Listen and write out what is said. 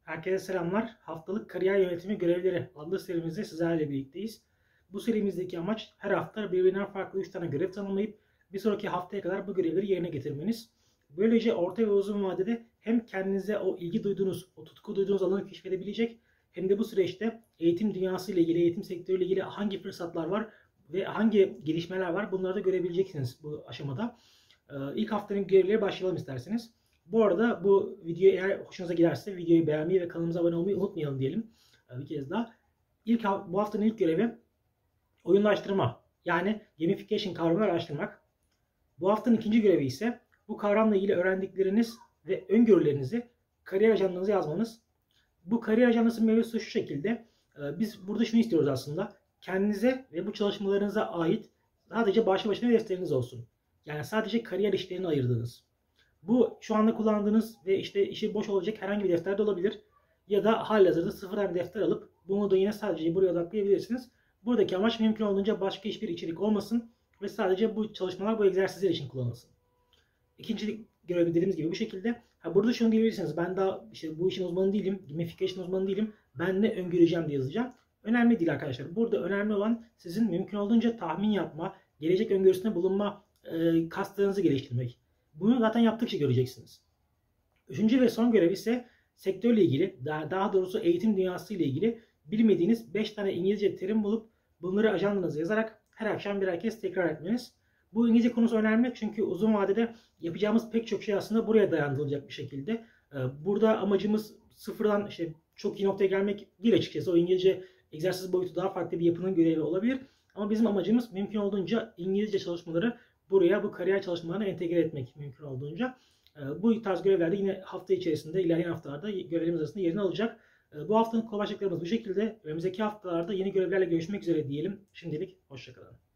Herkese selamlar. Haftalık kariyer yönetimi görevleri adlı serimizde sizlerle birlikteyiz. Bu serimizdeki amaç her hafta birbirinden farklı 3 tane görev tanımlayıp bir sonraki haftaya kadar bu görevleri yerine getirmeniz. Böylece orta ve uzun vadede hem kendinize o ilgi duyduğunuz, o tutku duyduğunuz alanı keşfedebilecek hem de bu süreçte eğitim dünyası ile ilgili, eğitim sektörüyle ilgili hangi fırsatlar var ve hangi gelişmeler var bunları da görebileceksiniz bu aşamada. İlk haftanın görevleri başlayalım isterseniz. Bu arada bu video eğer hoşunuza giderse videoyu beğenmeyi ve kanalımıza abone olmayı unutmayalım diyelim. Bir kez daha. Bu haftanın ilk görevi oyunlaştırma. Yani gamification kavramını araştırmak. Bu haftanın ikinci görevi ise bu kavramla ilgili öğrendikleriniz ve öngörülerinizi kariyer ajandanıza yazmanız. Bu kariyer ajandası mevzusu şu şekilde. Biz burada şunu istiyoruz aslında. Kendinize ve bu çalışmalarınıza ait sadece başlı başına defteriniz olsun. Yani sadece kariyer işlerini ayırdığınız. Bu şu anda kullandığınız ve işte işi boş olacak herhangi bir defter de olabilir. Ya da halihazırda sıfırdan bir defter alıp bunu da yine sadece buraya odaklayabilirsiniz. Buradaki amaç mümkün olduğunca başka hiçbir içerik olmasın ve sadece bu çalışmalar, bu egzersizler için kullanılsın. İkinci görev dediğimiz gibi bu şekilde. Burada şunu diyebilirsiniz. Ben daha işte bu işin uzmanı değilim. Gamification uzmanı değilim. Ben ne öngöreceğim diye yazacağım. Önemli değil arkadaşlar. Burada önemli olan sizin mümkün olduğunca tahmin yapma, gelecek öngörüsünde bulunma kastlarınızı geliştirmek. Bunu zaten yaptıkça göreceksiniz. Üçüncü ve son görev ise sektörle ilgili, daha doğrusu eğitim dünyası ile ilgili bilmediğiniz 5 tane İngilizce terim bulup bunları ajandanıza yazarak her akşam birer kez tekrar etmeniz. Bu İngilizce konusu önemli çünkü uzun vadede yapacağımız pek çok şey aslında buraya dayandırılacak bir şekilde. Burada amacımız sıfırdan işte çok iyi noktaya gelmek değil açıkçası. O İngilizce egzersiz boyutu daha farklı bir yapının görevi olabilir. Ama bizim amacımız mümkün olduğunca İngilizce çalışmaları buraya, bu kariyer çalışmalarına entegre etmek mümkün olduğunca. Bu tarz görevlerde yine hafta içerisinde, ilerleyen haftalarda görevlerimiz arasında yerini alacak. Bu haftanın başlıklarımız bu şekilde. Önümüzdeki haftalarda yeni görevlerle görüşmek üzere diyelim. Şimdilik hoşçakalın.